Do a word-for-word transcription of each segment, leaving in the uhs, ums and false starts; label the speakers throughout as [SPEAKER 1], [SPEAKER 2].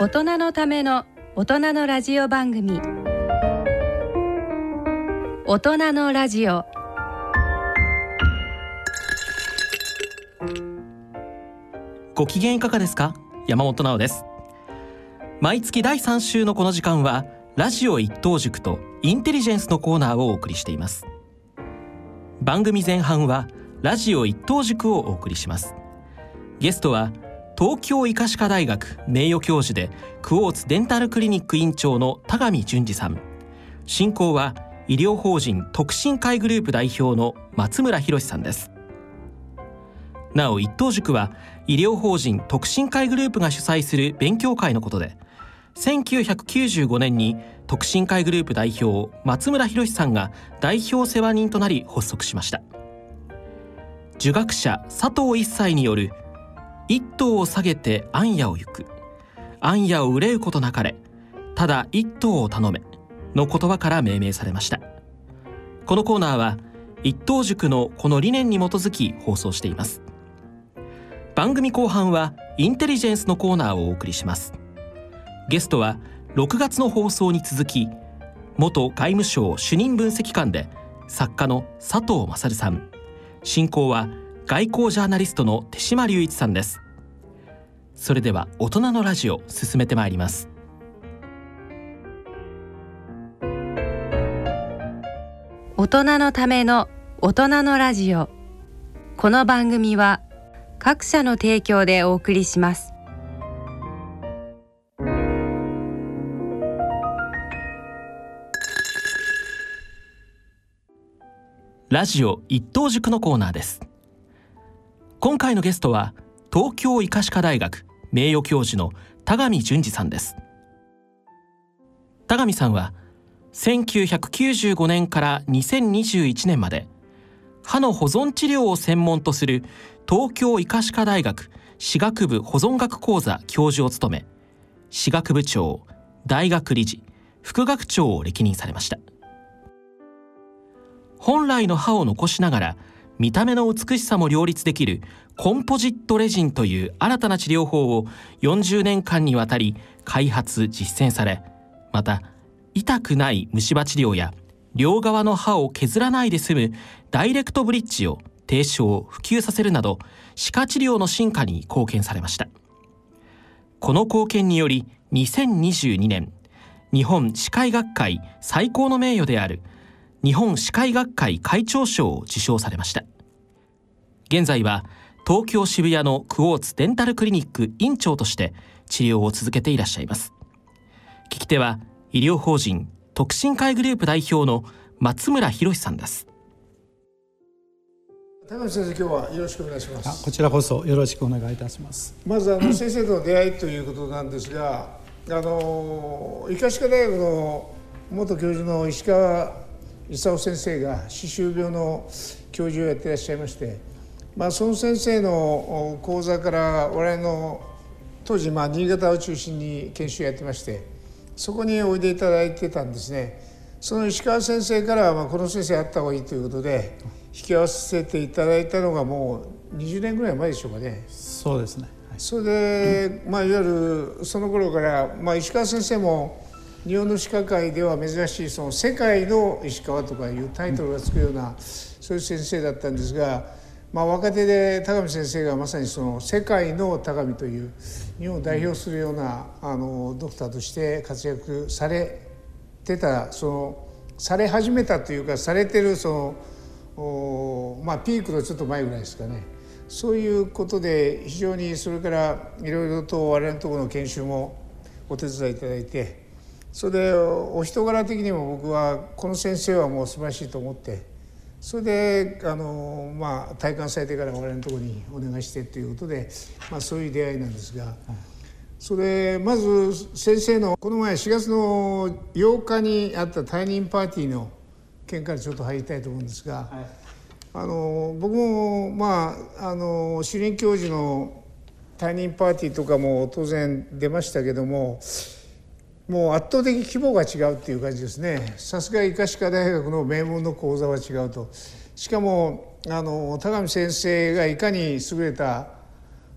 [SPEAKER 1] 大人のための大人のラジオ番組、大人のラジオ。
[SPEAKER 2] ご機嫌いかがですか？山本直です。毎月だいさん週のこの時間はラジオ一等塾とインテリジェンスのコーナーをお送りしています。番組前半はラジオ一等塾をお送りします。ゲストは東京医科歯科大学名誉教授でクォーツデンタルクリニック院長の田上淳二さん。進行は医療法人徳進会グループ代表の松村博さんです。なお一等塾は医療法人徳進会グループが主催する勉強会のことで、せんきゅうひゃくきゅうじゅうごねんに徳進会グループ代表松村博さんが代表世話人となり発足しました。儒学者佐藤一斎による一頭を下げて安野を行く、安野を憂うことなかれ、ただ一頭を頼めの言葉から命名されました。このコーナーは一等塾のこの理念に基づき放送しています。番組後半はインテリジェンスのコーナーをお送りします。ゲストはろくがつの放送に続き、元外務省主任分析官で作家の佐藤勝さん。進行は外交ジャーナリストの手島隆一さんです。それでは大人のラジオ進めてまいります。
[SPEAKER 1] 大人のための大人のラジオ。この番組は各社の提供でお送りします。
[SPEAKER 2] ラジオ一等塾のコーナーです。今回のゲストは東京医科歯科大学名誉教授の田上淳二さんです。田上さんはせんきゅうひゃくきゅうじゅうごねんからにせんにじゅういちねんまで歯の保存治療を専門とする東京医科歯科大学歯学部保存学講座教授を務め、歯学部長、大学理事、副学長を歴任されました。本来の歯を残しながら見た目の美しさも両立できるコンポジットレジンという新たな治療法をよんじゅうねんかんにわたり開発実践され、また痛くない虫歯治療や両側の歯を削らないで済むダイレクトブリッジを提唱普及させるなど、歯科治療の進化に貢献されました。この貢献によりにせんにじゅうにねん日本歯科医学会最高の名誉である日本歯科医学会会長賞を受賞されました。現在は東京渋谷のクォーツデンタルクリニック院長として治療を続けていらっしゃいます。聞き手は医療法人徳進会グループ代表の松村博さんです。
[SPEAKER 3] 田上先生、今日はよろしくお願いします。
[SPEAKER 4] こちらこそよろしくお願いいたします。
[SPEAKER 3] まずあの先生との出会いということなんですが、あの医科歯科大学の元教授の石川勲先生が歯周病の教授をやっていらっしゃいまして、まあ、その先生の講座から我々の当時まあ新潟を中心に研修をやってまして、そこにおいでいただいてたんですね。その石川先生からまあこの先生会った方がいいということで引き合わせていただいたのがもうにじゅうねんぐらい前でしょうかね。
[SPEAKER 4] そうですね、はい、
[SPEAKER 3] それで、まあ、いわゆるその頃から、まあ、石川先生も日本の歯科界では珍しいその世界の石川とかいうタイトルがつくような、そういう先生だったんですが、まあ、若手で田上先生がまさにその世界の田上という日本を代表するようなあのドクターとして活躍されてた、そのされ始めたというかされてるその、まあ、ピークのちょっと前ぐらいですかね。そういうことで非常にそれからいろいろと我々のところの研修もお手伝いいただいて、それでお人柄的にも僕はこの先生はもう素晴らしいと思って、それであの、まあ、退官されてから我々のところにお願いしてということで、まあ、そういう出会いなんですが、それまず先生のこの前しがつのようかにあった退任パーティーの件からちょっと入りたいと思うんですが、はい、あの僕も、まあ、あの主任教授の退任パーティーとかも当然出ましたけども、もう圧倒的規模が違うっていう感じですね。さすが医科歯科大学の名門の講座は違うと。しかもあの田上先生がいかに優れた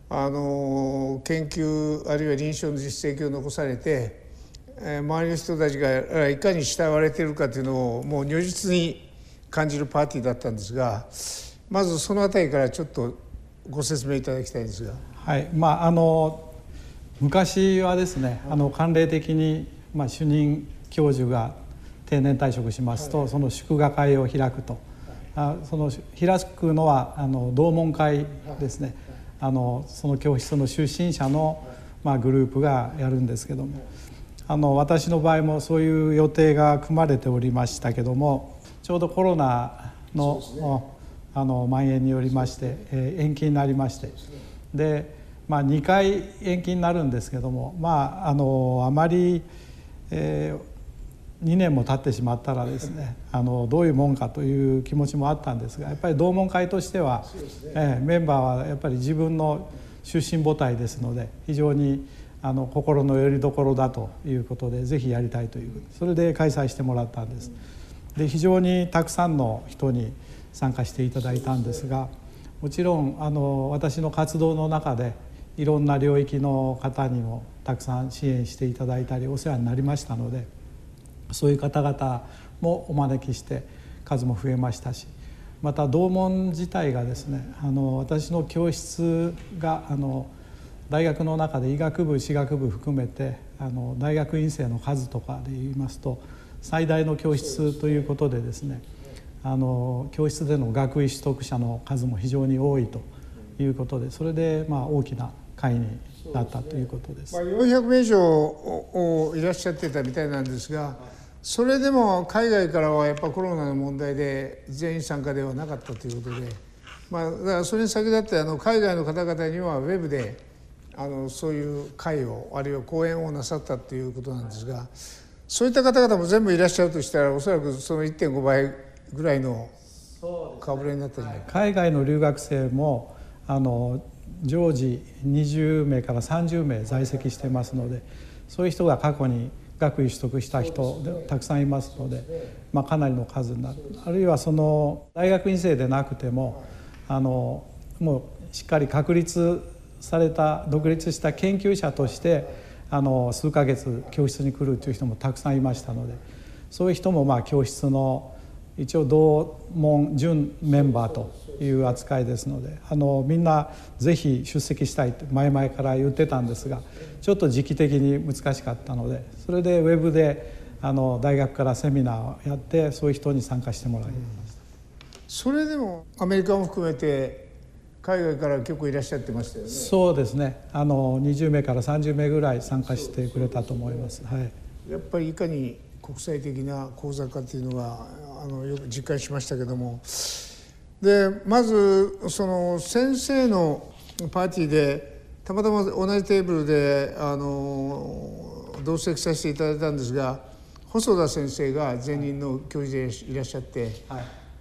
[SPEAKER 3] あの研究あるいは臨床の実績を残されて、えー、周りの人たちがいかに慕われているかというのをもう如実に感じるパーティーだったんですが、まずそのあたりからちょっとご説明いただきたいんですが。
[SPEAKER 4] はい、まああの昔はですね、あの慣例的に、まあ、主任教授が定年退職しますと、その祝賀会を開くと、あその開くのはあの同門会ですね、あのその教室の出身者の、まあ、グループがやるんですけども、あの私の場合もそういう予定が組まれておりましたけども、ちょうどコロナの、あの蔓延によりまして、えー、延期になりまして、で、まあ、にかい延期になるんですけども、まああのあまり、えー、にねんも経ってしまったらですね、あのどういうもんかという気持ちもあったんですが、やっぱり同門会としては、えー、メンバーはやっぱり自分の出身母体ですので、非常にあの心の拠り所だということで、ぜひやりたいという、それで開催してもらったんです。で、非常にたくさんの人に参加していただいたんですが、もちろんあの私の活動の中でいろんな領域の方にもたくさん支援していただいたりお世話になりましたので、そういう方々もお招きして数も増えましたし、また同門自体がですね、あの私の教室があの大学の中で医学部歯学部含めてあの大学院生の数とかで言いますと最大の教室ということでですね、あの教室での学位取得者の数も非常に多いということで、それでまあ大きな会になったということです。
[SPEAKER 3] まあ、よんひゃくめい以上いらっしゃってたみたいなんですが、それでも海外からはやっぱコロナの問題で全員参加ではなかったということで、まあ、だからそれに先立ってあの海外の方々にはウェブであのそういう会をあるいは講演をなさったということなんですが、そういった方々も全部いらっしゃるとしたら、おそらくその いってんご 倍ぐらいの顔ぶれになったんじゃないか。
[SPEAKER 4] 海外の留学生もあの常時にじゅうめいからさんじゅうめい在籍してますので、そういう人が過去に学位取得した人でたくさんいますので、まあ、かなりの数になる。あるいはその大学院生でなくてもあのもうしっかり確立された独立した研究者としてあの数ヶ月教室に来るという人もたくさんいましたので、そういう人もまあ教室の一応同門準メンバーという扱いですので、あのみんなぜひ出席したいと前々から言ってたんですが、ちょっと時期的に難しかったので、それでウェブであの大学からセミナーをやって、そういう人に参加してもらいました。
[SPEAKER 3] それでもアメリカも含めて海外から結構いらっしゃってましたよね。
[SPEAKER 4] そうですね、あのにじゅうめいからさんじゅうめいぐらい参加してくれたと思います。はい、
[SPEAKER 3] やっぱりいかに国際的な講座かというのがあのよく実感しましたけども、でまずその先生のパーティーでたまたま同じテーブルであの同席させていただいたんですが、細田先生が前任の教授でいらっしゃって、はい、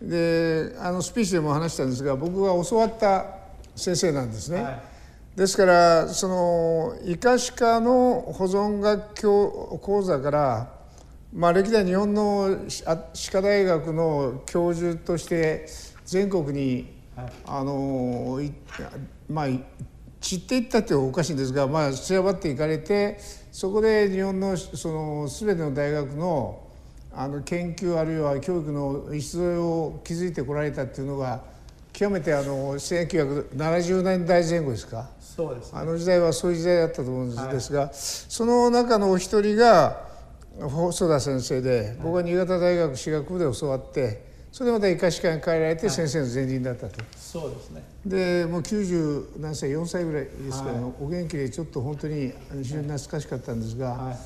[SPEAKER 3] であのスピーチでも話したんですが、僕が教わった先生なんですね。はい、ですからその医科歯科の保存学講座から、まあ、歴代日本の歯科大学の教授として全国に、はい、あのまあ散っていったっておかしいんですが、まあ、散らばっていかれて、そこで日本のその全ての大学のあの研究あるいは教育の礎を築いてこられたっていうのが極めてあのせんきゅうひゃくななじゅうねんだいぜん後ですか。
[SPEAKER 4] そうですね、
[SPEAKER 3] あの時代はそういう時代だったと思うんですが、はい、その中のお一人が細田先生で、僕は新潟大学歯学部で教わって、それでまた医科歯科に変えられて先生の前任だったと。はい、
[SPEAKER 4] そうですね。
[SPEAKER 3] でもうきゅうじゅうなんさいよんさいぐらいですけど、はい、お元気でちょっと本当に非常に懐かしかったんですが、はい、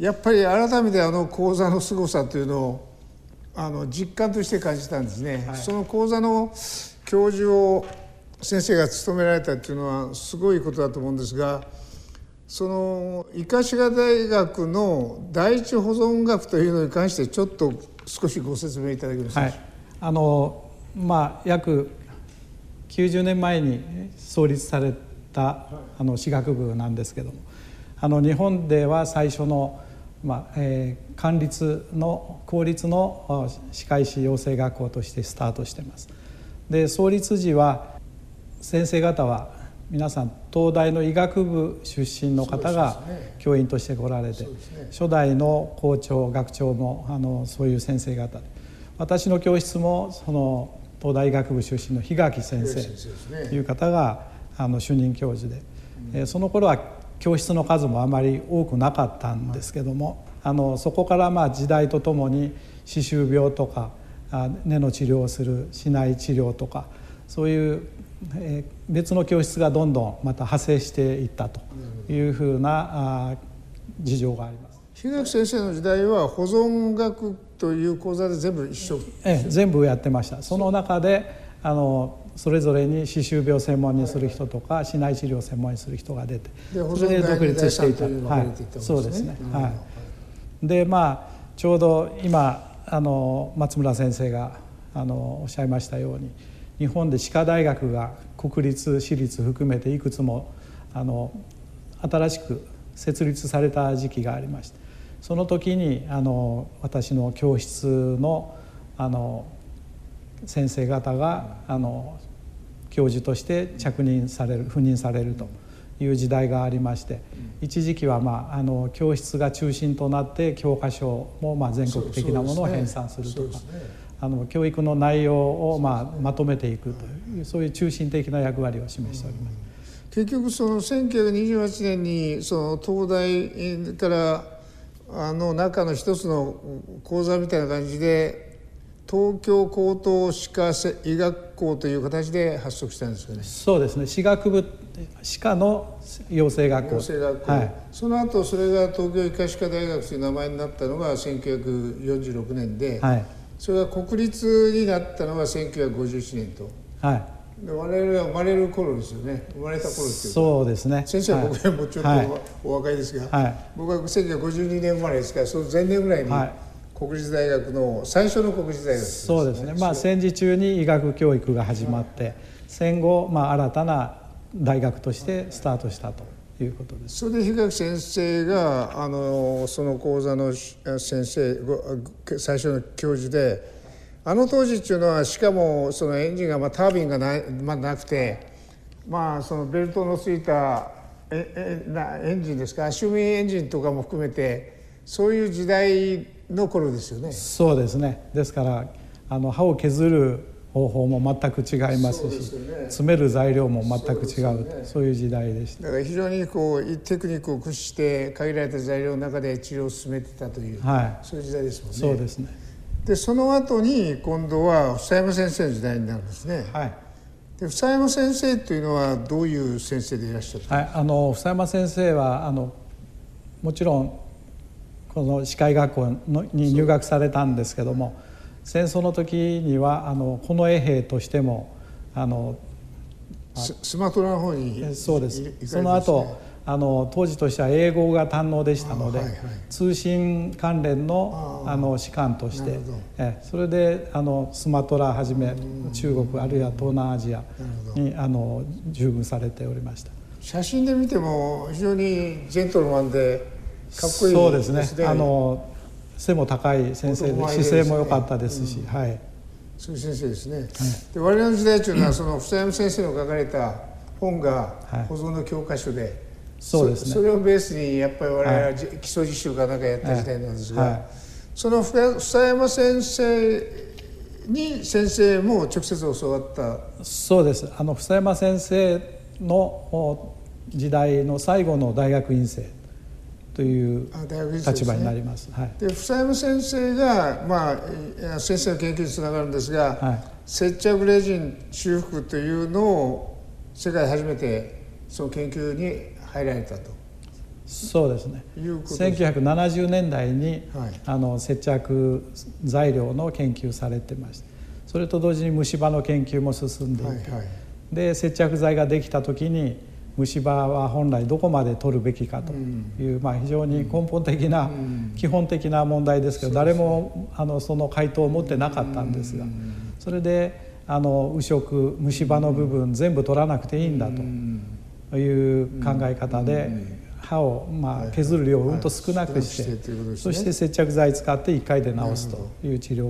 [SPEAKER 3] やっぱり改めてあの講座の凄さというのをあの実感として感じたんですね。はい、その講座の教授を先生が務められたっていうのはすごいことだと思うんですが、その医科歯科大学の第一保存学というのに関してちょっと少しご説明いただけますか。はい、
[SPEAKER 4] あのまあ約きゅうじゅうねんまえに創立されたあの歯学部なんですけども、あの日本では最初の、まあえー、官立の公立の歯科医師養成学校としてスタートしています。で創立時は先生方は皆さん東大の医学部出身の方が教員として来られて、初代の校長学長もあのそういう先生方で、私の教室もその東大医学部出身の檜垣先生という方があの主任教授で、えー、その頃は教室の数もあまり多くなかったんですけども、あのそこからまあ時代とともに歯周病とか根の治療をする歯内治療とか、そういう別の教室がどんどんまた派生していったというふうな事情があります。
[SPEAKER 3] 檜垣先生の時代は保存学という講座で全部一緒、
[SPEAKER 4] ええ、全部やってました。その中であのそれぞれに歯周病専門にする人とか歯内治療専門にする人が出て、それで独立していた。はい、そうですね。はい。でまあちょうど今あの松村先生があのおっしゃいましたように、日本で歯科大学が国立私立含めていくつもあの新しく設立された時期がありまして、その時にあの私の教室のあの先生方があの教授として着任される赴任されるという時代がありまして、一時期は、まあ、あの教室が中心となって教科書もまあ全国的なものを編纂するとか、あの教育の内容をまあまとめていくという、そういう中心的な役割を示しております。
[SPEAKER 3] 結局そのせんきゅうひゃくにじゅうはちねんにその東大からあの中の一つの講座みたいな感じで東京高等歯科医学校という形で発足したんですよね。
[SPEAKER 4] そうですね。歯学部歯科の養成学校。
[SPEAKER 3] 養成学校。はい、その後それが東京医科歯科大学という名前になったのがせんきゅうひゃくよんじゅうろくねんで、はい、それが国立になったのがせんきゅうひゃくごじゅうななねんと。はい。我々が生まれる頃ですよね。生まれた頃っていうか。
[SPEAKER 4] そうですね。
[SPEAKER 3] 先生は僕よりもちょっと、はい、お若いですが、はい、僕はせんきゅうひゃくごじゅうにねん生まれですから、その前年ぐらいに、はい、国立大学の最初の国立大学です、ね、
[SPEAKER 4] そうですね。まあ戦時中に医学教育が始まって、はい、戦後まあ新たな大学としてスタートしたということです。
[SPEAKER 3] それで檜垣先生があのその講座の先生最初の教授で、あの当時っていうのはしかもそのエンジンがまあタービンがな、まあ、なくて、まあそのベルトのついたええなエンジンですか、アシュミエンジンとかも含めてそういう時代の頃ですよね。
[SPEAKER 4] そうですね。ですからあの歯を削る方法も全く違いますし、ね、詰める材料も全く違う、そう、ね、そういう時代でした。
[SPEAKER 3] だから非常にこうテクニックを駆使して限られた材料の中で治療を進めてたという、はい、そういう時代ですもんね。
[SPEAKER 4] そうですね。
[SPEAKER 3] でその後に今度は房山先生の時代になるんですね。はい、で房山先生というのはどういう先生でいらっしゃった、
[SPEAKER 4] はい、あの房山先生はあのもちろんこの歯科医学校のに入学されたんですけども、戦争の時にはあの近衛兵としてもあの
[SPEAKER 3] スマトラの方に、
[SPEAKER 4] そうです。その後あの当時としては英語が堪能でしたので、はいはい、通信関連のあの士官としてえそれであのスマトラはじめ中国あるいは東南アジアにあの従軍されておりました。
[SPEAKER 3] 写真で見ても非常にジェントルマンでかっこいいですね。
[SPEAKER 4] そうですね。あの背も高い先生で姿勢も良かったですし、うん、はい、
[SPEAKER 3] そういう先生ですね。はい、で我々の時代というのはその房山先生の書かれた本が保存の教科書で、はい、
[SPEAKER 4] そうですね、
[SPEAKER 3] そ, それをベースにやっぱり我々は基礎実習かなんかやった時代なんですが、はいはい、その房山先生に先生も直接教わった。
[SPEAKER 4] そうです。あの房山先生の時代の最後の大学院生という立場になります。はい、
[SPEAKER 3] で房山先生が、まあ、先生の研究につながるんですが、はい、接着レジン修復というのを世界で初めてその研究に入られたと。
[SPEAKER 4] そうですね。せんきゅうひゃくななじゅうねんだいに、はい、あの接着材料の研究されてました。それと同時に虫歯の研究も進んでいて、はいはい、で接着剤ができた時に虫歯は本来どこまで取るべきかという、うん、まあ、非常に根本的な、うん、基本的な問題ですけど、誰もあのその回答を持ってなかったんですが、それであの右食虫歯の部分全部取らなくていいんだという考え方で、歯をまあ削る量をうんと少なくして、そして接着剤使っていっかいで治すという治療が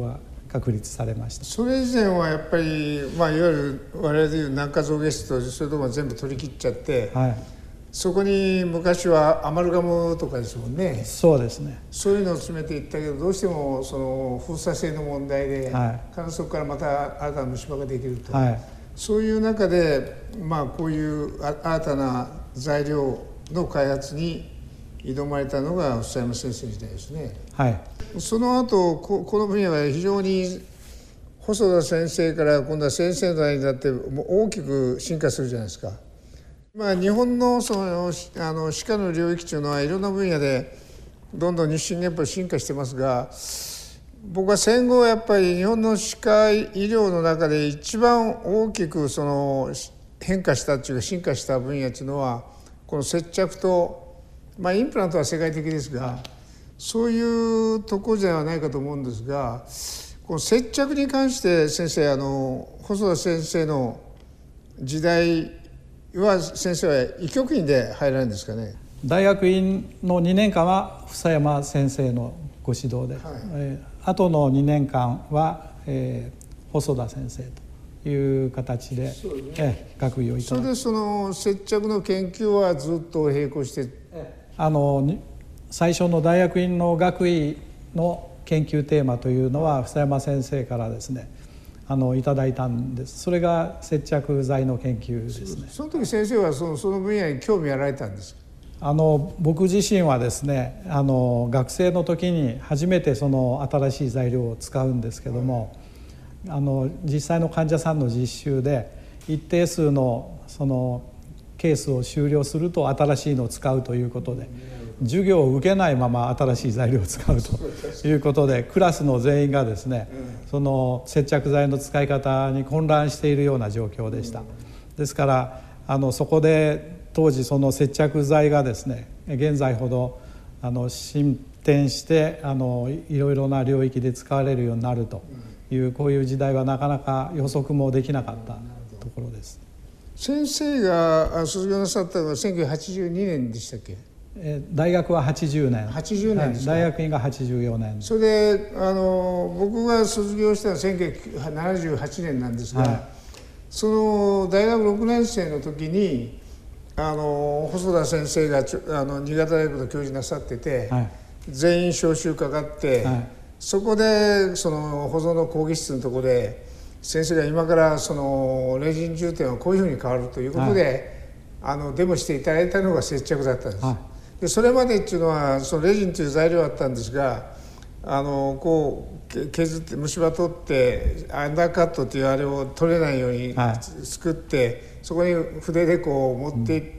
[SPEAKER 4] 確立されました。
[SPEAKER 3] それ以前はやっぱり、まあ、いわゆる我々でいう軟化造形質とそういうところ全部取り切っちゃって、はい、そこに昔はアマルガムとかですもんね。
[SPEAKER 4] そうですね。
[SPEAKER 3] そういうのを詰めていったけど、どうしてもその封鎖性の問題で、はい、必ずそこからまた新たな虫歯ができると、はい、そういう中で、まあ、こういう新たな材料の開発に挑まれたのが房山先生時代ですね。はい、その後 こ, この分野は非常に細田先生から今度は先生の代になって大きく進化するじゃないですか。まあ、日本 の, そのあの歯科の領域というのはいろんな分野でどんどん日進月歩進化してますが、僕は戦後やっぱり日本の歯科医療の中で一番大きくその変化したというか進化した分野というのはこの接着と、まあ、インプラントは世界的ですが、そういうところではないかと思うんですが、この接着に関して先生、あの細田先生の時代は先生は医局院で入られるんですかね。
[SPEAKER 4] 大学院のにねんかんは房山先生のご指導で、はい、えー、後のにねんかんは、えー、細田先生という形で、そうですね、えー、学位をいただき、
[SPEAKER 3] それでその接着の研究はずっと並行して、
[SPEAKER 4] あの最初の大学院の学位の研究テーマというのは房山先生からですね、あのいただいたんです。それが接着剤の研究ですね。
[SPEAKER 3] その時先生はその、その分野に興味あられたんですか。
[SPEAKER 4] あの僕自身はですね、あの学生の時に初めてその新しい材料を使うんですけども、はい、あの実際の患者さんの実習で一定数のそのケースを終了すると新しいのを使うということで、授業を受けないまま新しい材料を使うということで、クラスの全員がですね、その接着剤の使い方に混乱しているような状況でした。ですからあのそこで当時その接着剤がですね、現在ほどあの進展してあのいろいろな領域で使われるようになるという、こういう時代はなかなか予測もできなかったところです。
[SPEAKER 3] 先生が卒業なさったのはせんきゅうひゃくはちじゅうにねんでしたっけ。
[SPEAKER 4] 大学ははちじゅうねん、
[SPEAKER 3] はちじゅうねんですか。
[SPEAKER 4] はい、大学院がはちじゅうよねん。
[SPEAKER 3] それであの僕が卒業したのはせんきゅうひゃくななじゅうはちねんなんですが、はい、その大学ろくねん生の時にあの細田先生があの新潟大学の教授なさってて、はい、全員招集かかって、はい、そこでその保存の講義室のところで先生が今からそのレジン充填はこういうふうに変わるということで、はい、あのデモしていただいたのが接着だったんです。はい、でそれまでっていうのはそのレジンという材料だったんですが、あのこう削って虫歯取ってアンダーカットというあれを取れないように作って、はい、そこに筆でこう持っていって、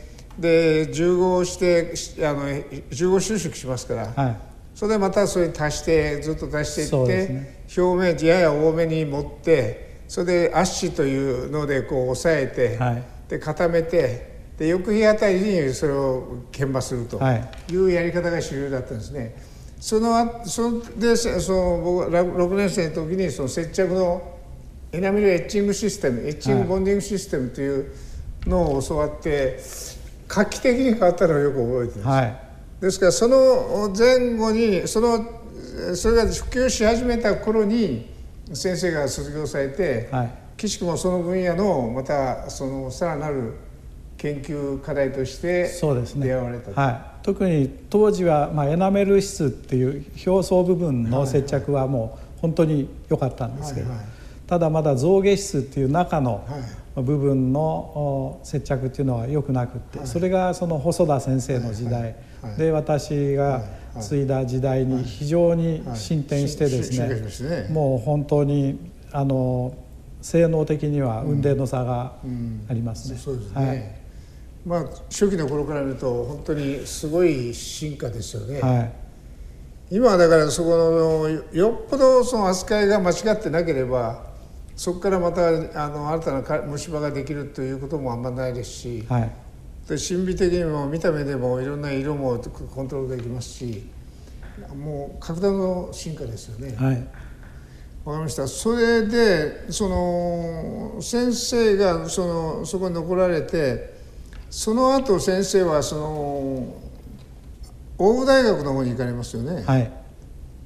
[SPEAKER 3] うん、で重合してあの重合収縮しますから、はい、それでまたそれに足してずっと足していって、ね、表面やや多めに持ってそれでアッシというのでこう押さえて、はい、で固めてで翌日あたりにそれを研磨するというやり方が主流だったんですね。そのそでその僕ろくねん生の時にその接着のエナメルエッチングシステム、エッチングボンディングシステムというのを教わって画期的に変わったのをよく覚えています。はい、ですからその前後にそのそれが普及し始めた頃に先生が卒業されて、はい、岸君もその分野のまたそのさらなる研究課題として出会われた、ね、はい、
[SPEAKER 4] 特に当時は、まあ、エナメル質っていう表層部分の接着はもう本当に良かったんですけど、はいはい、ただまだ象牙質っていう中の部分の接着っていうのは良くなくって、はい、それがその細田先生の時代で私が継いだ時代に非常に進展してですね、もう本当にあの性能的には雲泥の差がありますね。
[SPEAKER 3] そうですね。はい、まあ、初期の頃から見ると本当にすごい進化ですよね。はい、今はだからそこのよっぽどその扱いが間違ってなければそこからまたあの新たな虫歯ができるということもあんまないですし、はい、で神秘的にも見た目でもいろんな色もコントロールできますし、もう格段の進化ですよね。はい、わかりました。それでその先生がそのそこに残られて、その後先生はその大府大学の方に行かれますよね。はい、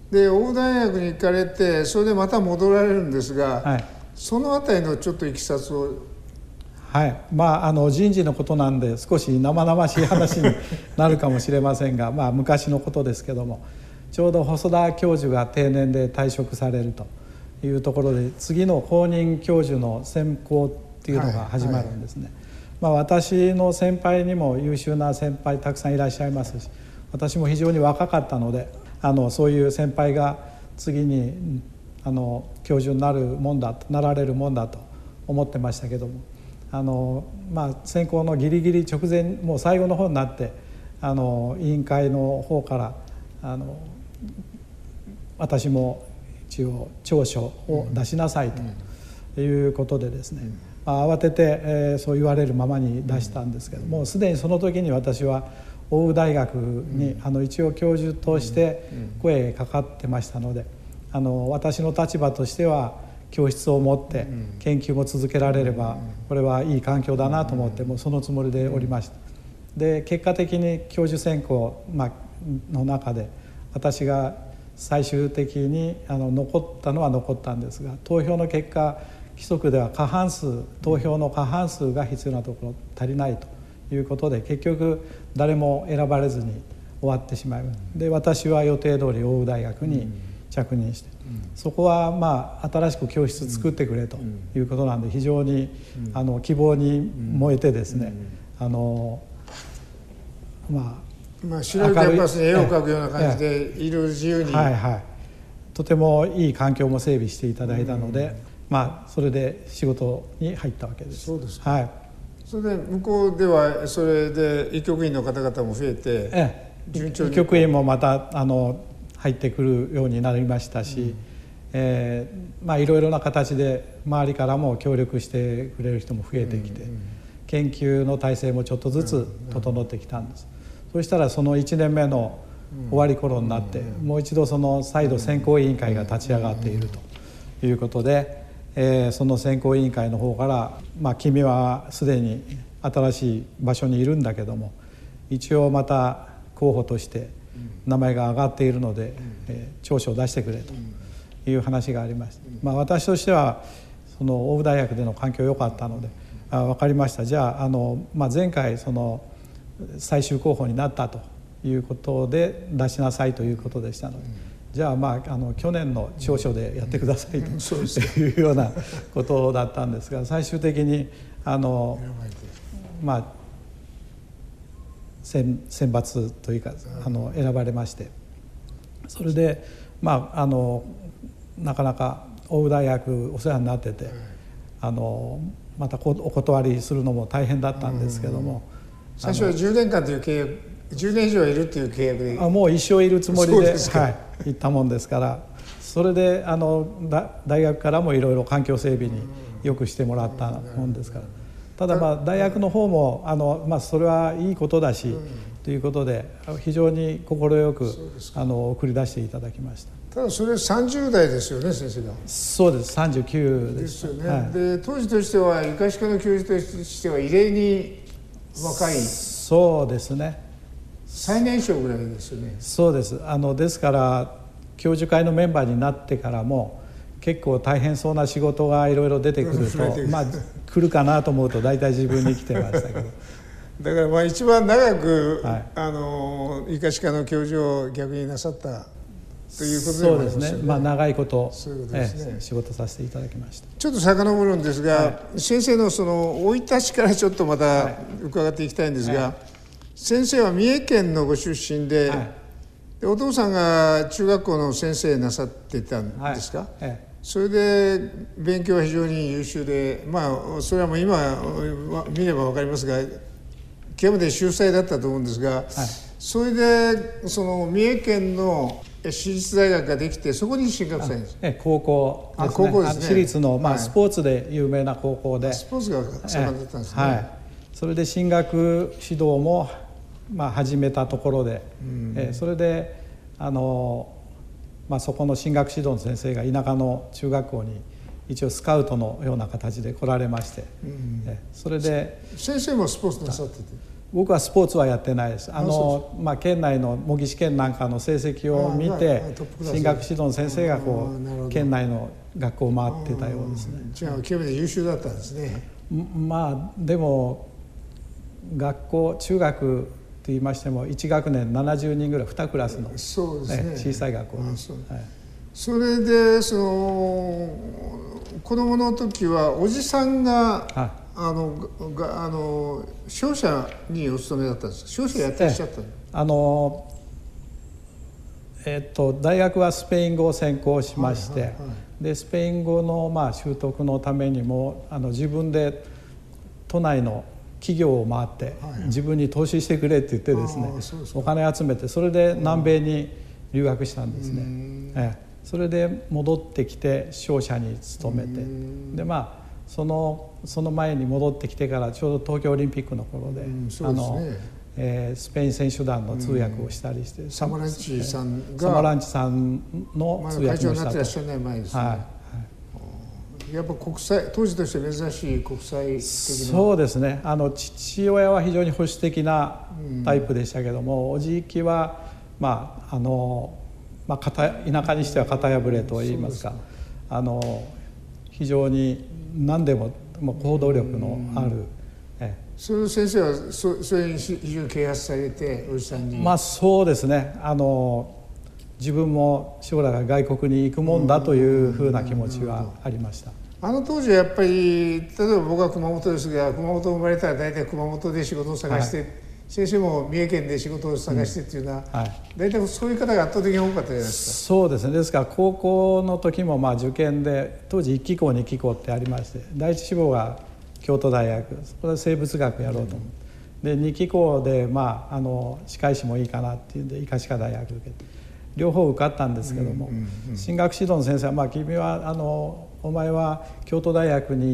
[SPEAKER 3] で大大学に行かれてそれでまた戻られるんですが、
[SPEAKER 4] はい、
[SPEAKER 3] そのあたりのちょっといきさつを。
[SPEAKER 4] はい、まあ、あの人事のことなんで少し生々しい話になるかもしれませんが、まあ、昔のことですけども、ちょうど細田教授が定年で退職されるというところで、次の後任教授の選考っていうのが始まるんですね。はいはい、まあ、私の先輩にも優秀な先輩たくさんいらっしゃいますし、私も非常に若かったので、あのそういう先輩が次にあの教授になるもんだなられるもんだと思ってましたけども、あのまあ、選考のギリギリ直前、もう最後の方になってあの委員会の方からあの私も一応調書を出しなさいということでですね、まあ、慌てて、えー、そう言われるままに出したんですけども、すでにその時に私は大宇大学にあの一応教授として声かかってましたので、あの私の立場としては教室を持って研究も続けられればこれはいい環境だなと思って、もうそのつもりでおりました。で結果的に教授選考、まあの中で私が最終的にあの残ったのは残ったんですが、投票の結果規則では過半数投票の過半数が必要なところ足りないということで、結局誰も選ばれずに終わってしまいます。で私は予定通り大宇大学に着任して、そこはまあ新しく教室作ってくれということなんで、非常にあの希望に燃えてですね、あのまあ
[SPEAKER 3] まあ、白いキャンパスに絵を描くような感じでいろいろ自由に、
[SPEAKER 4] はいはい、とてもいい環境も整備していただいたので、うん、まあそれで仕事に入ったわけです。
[SPEAKER 3] そうですか。
[SPEAKER 4] はい、
[SPEAKER 3] それで向こうではそれで医局員の方々も増えて、
[SPEAKER 4] ええ、順調に医局員もまたあの入ってくるようになりましたし、うん、えー、まあいろいろな形で周りからも協力してくれる人も増えてきて、うんうん、研究の体制もちょっとずつ整ってきたんです。うんうん、そうしたらそのいちねんめの終わり頃になって、うん、もう一度その再度選考委員会が立ち上がっているということで、えー、その選考委員会の方から、まあ、君はすでに新しい場所にいるんだけども一応また候補として名前が挙がっているので、えー、調書を出してくれという話がありました。まあ、私としてはその大宇大学での環境良かったので、あ、分かりました、じゃあ、あの、まあ、前回その最終候補になったということで出しなさいということでしたので、うん、じゃあ、まあ、あの去年の調書でやってくださいと、うん、そういうようなことだったんですが、最終的にあの、まあ、選, 選抜というかあの選ばれまして、それで、まあ、あのなかなか大宇大学お世話になってて、あのまたお断りするのも大変だったんですけども、うん、
[SPEAKER 3] 最初はじゅうねんかんという契約、じゅうねん以上いるという契約で、
[SPEAKER 4] あ、もう一生いるつもり で, で、はい、行ったもんですから、それであの大学からもいろいろ環境整備によくしてもらったもんですから、ただ、まあ、大学の方もあの、まあ、それはいいことだし、うん、ということで非常に快くあの送り出していただきました。
[SPEAKER 3] ただそれさんじゅう代ですよね、先生が。
[SPEAKER 4] そうです、さんじゅうきゅうです。
[SPEAKER 3] ですよね。
[SPEAKER 4] はい、で
[SPEAKER 3] 当時としては医科歯科の教授としては異例に若い。
[SPEAKER 4] そうですね。
[SPEAKER 3] 最年少ぐらいですよね。
[SPEAKER 4] そうです。あのですから教授会のメンバーになってからも結構大変そうな仕事がいろいろ出てくると、まあ来るかなと思うと大体自分に来てましたけど。
[SPEAKER 3] だからまあ一番長く、
[SPEAKER 4] はい、
[SPEAKER 3] あの医科歯科の教授を逆になさったということで
[SPEAKER 4] もありますよね。そうですね。まあ長いこと、
[SPEAKER 3] そういうことですね、
[SPEAKER 4] ええ、仕事させていただきました。
[SPEAKER 3] ちょっと遡るんですが、はい、先生のその生い立ちからちょっとまた伺っていきたいんですが、はい、先生は三重県のご出身で、はい、でお父さんが中学校の先生なさってたんですか。はい、ええ、それで勉強は非常に優秀で、まあそれはもう今見れば分かりますが極めて秀才だったと思うんですが、はい、それでその三重県の私立大学ができてそこに進学されるんです。
[SPEAKER 4] ええ、高校ですね。
[SPEAKER 3] あ、高校ですね。
[SPEAKER 4] 私立の、まあ、スポーツで有名な高校で、
[SPEAKER 3] スポーツが盛んだったんですね。
[SPEAKER 4] はい、それで進学指導も、まあ、始めたところで、うん、えそれであの、まあ、そこの進学指導の先生が田舎の中学校に一応スカウトのような形で来られまして、うん、えそれで
[SPEAKER 3] 先生もスポーツなさってて。
[SPEAKER 4] 僕はスポーツはやってないです。あのまあ、県内の模擬試験なんかの成績を見て進学指導の先生がこう県内の学校を回ってたようですね。
[SPEAKER 3] じゃあ極めて優秀だったんですね。
[SPEAKER 4] まあでも学校中学と言いましてもいち学年ななじゅうにんぐらいにクラスの
[SPEAKER 3] そうですね、
[SPEAKER 4] 小さい学校です。
[SPEAKER 3] はい、それでその子供の時はおじさんが、はい、あのがあの商社にお勤めだったんですか。商社やってらっしゃったの。
[SPEAKER 4] あのえっと大学はスペイン語を専攻しまして、はいはいはい、でスペイン語のまあ習得のためにもあの自分で都内の企業を回って、はい、自分に投資してくれって言ってですね、お金集めてそれで南米に留学したんですね。ええ、それで戻ってきて商社に勤めて、でまあそのその前に戻ってきてからちょうど東京オリンピックの頃で、あの、えー、スペイン選手団の通訳をしたりして、
[SPEAKER 3] サマランチさんが
[SPEAKER 4] サマランチさんの通訳をしたと。
[SPEAKER 3] まだ会長になってらっしゃらない前ですね。はいはい、やっぱ国際当時として珍しい国際的な。
[SPEAKER 4] そうですね。あの父親は非常に保守的なタイプでしたけども、うん、おじいきはまああのまあ、田舎にしては型破れといいますか、あの非常に何でももう行動力のある、ええ、
[SPEAKER 3] その先生はそそれに非常に啓発されておじさんに。
[SPEAKER 4] まあそうですね。あの自分も将来外国に行くもんだというふうな気持ちはありました。
[SPEAKER 3] あの当時はやっぱり例えば僕は熊本ですが、熊本生まれたら大体熊本で仕事を探して、はい、先生も三重県で仕事を探してっていうのは、うんはい、大体そういう方が圧倒的に多かったじゃないですか。
[SPEAKER 4] そうですね。ですから高校の時もまあ受験で当時いっき校にき校ってありまして、第一志望が京都大学、そこで生物学やろうと思って、うん、でにき校でまああの歯科医師もいいかなっていうんで医科歯科大学受けて両方受かったんですけども、うんうんうん、進学指導の先生は、まあ、君はあのお前は京都大学に行って、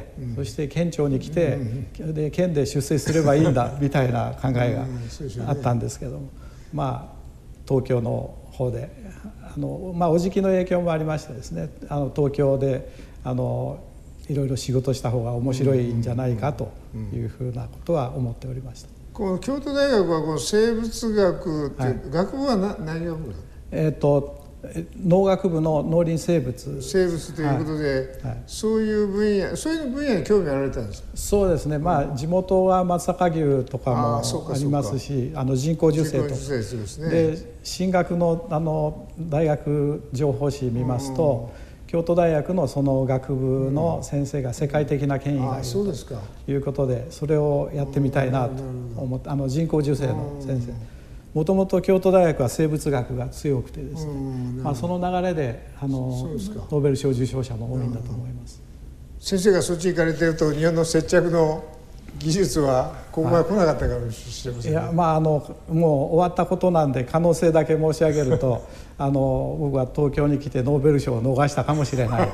[SPEAKER 4] うん、そして県庁に来て、うん、で県で出世すればいいんだみたいな考えがあったんですけども、うんね、まあ東京の方であの、まあ、おじきの影響もありましてですね、あの東京であのいろいろ仕事した方が面白いんじゃないかというふうなことは思っておりました。
[SPEAKER 3] この京都大学はこの生物学って、はい、学部は何何学部だ？
[SPEAKER 4] えっと農学部の農林生物
[SPEAKER 3] 生物ということで、はいはい、そういう分野そういう分野に興味あられたんですか？
[SPEAKER 4] そうですね、まあ、地元は松阪牛とかもありますし、あの人工授精とか
[SPEAKER 3] ですね。
[SPEAKER 4] で進学のあの大学情報誌見ますと、京都大学のその学部の先生が世界的な権威がいるということで、それをやってみたいなと思って、あの人工授精の先生、もともと京都大学は生物学が強くてですね、まあ、その流れであのノーベル賞受賞者も多いんだと思います。
[SPEAKER 3] 先生がそっち行かれてると日本の接着の技術はここまで来なかったかもしれませんね。
[SPEAKER 4] いや、まあ、あのもう終わったことなんで可能性だけ申し上げるとあの僕は東京に来てノーベル賞を逃したかもしれない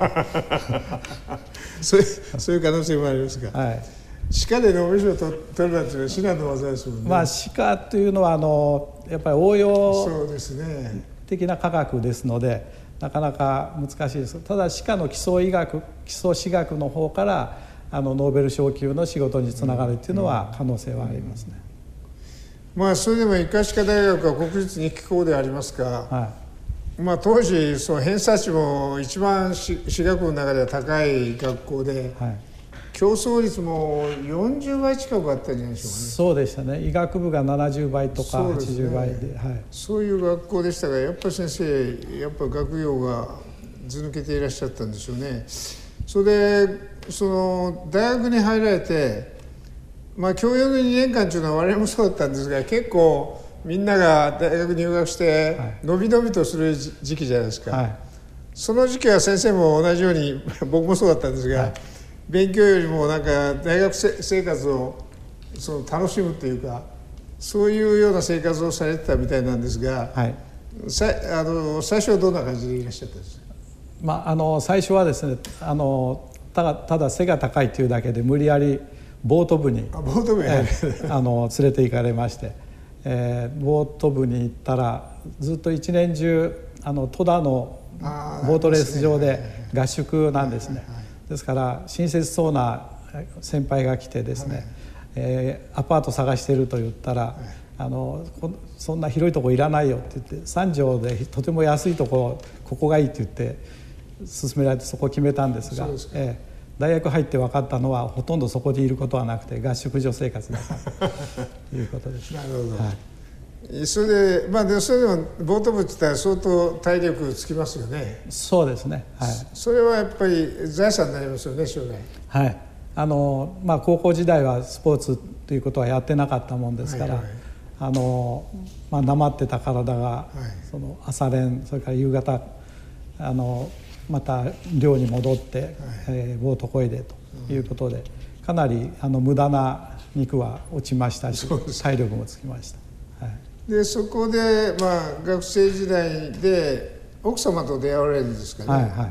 [SPEAKER 3] そういう、そういう可能性もありますか。はい、歯科でノーベル賞を取るなんていうのは至難の技ですもんね。
[SPEAKER 4] まあ、歯科というのはあのやっぱり応用的な科学ですのでなかなか難しいです。ただ歯科の基礎医学基礎歯学の方からあのノーベル賞級の仕事につながるっていうのは可能性はありますね。
[SPEAKER 3] うんうん、まあそれでも医科歯科大学は国立にき校でありますが、はい、まあ当時その偏差値も一番歯学の中では高い学校で、はい、競争率もよんじゅうばい近くあったんじゃないでしょうかね。
[SPEAKER 4] そうでしたね。医学部がななじゅうばいとかはちじゅうばいで、はい、
[SPEAKER 3] そういう学校でしたが、やっぱり先生やっぱ学業がず抜けていらっしゃったんでしょうね。それでその大学に入られて、まあ教養のにねんかんというのは我々もそうだったんですが、結構みんなが大学入学してのびのびとする時期じゃないですか。はい、その時期は先生も同じように僕もそうだったんですが、はい、勉強よりもなんか大学生活をその楽しむというか、そういうような生活をされてたみたいなんですが、はい、さあの最初はどんな感じでいらっしゃったんですか？
[SPEAKER 4] まあ、あの最初はですね、あのただ、ただ背が高いというだけで無理やりボート部に
[SPEAKER 3] あボート部に、
[SPEAKER 4] えー、あの連れて行かれまして、えー、ボート部に行ったらずっと一年中あの戸田のボートレース場で合宿なんですね。ですから親切そうな先輩が来てですね、 えー、アパート探してると言ったら、はい、あのそんな広いとこいらないよって言ってさん畳でとても安いとこここがいいって言って勧められてそこを決めたんですが、すえー、大学入って分かったのはほとんどそこでいることはなくて合宿所生活だったということです。
[SPEAKER 3] なるほど、はい、それでまあでそれでもボート部って言ったら相当体力つきますよね。
[SPEAKER 4] そうですね、はい、
[SPEAKER 3] それはやっぱり財産になりますよね将来。
[SPEAKER 4] はい、あのまあ、高校時代はスポーツということはやってなかったもんですから、はいはい、あのまあ、なまってた体が、はい、その朝練それから夕方あのまた寮に戻って、はい、えー、ボート漕いでということで、うん、かなりあの無駄な肉は落ちましたし体力もつきました。はい、
[SPEAKER 3] でそこで、まあ、学生時代で奥様と出会われるんですかね。はいはい、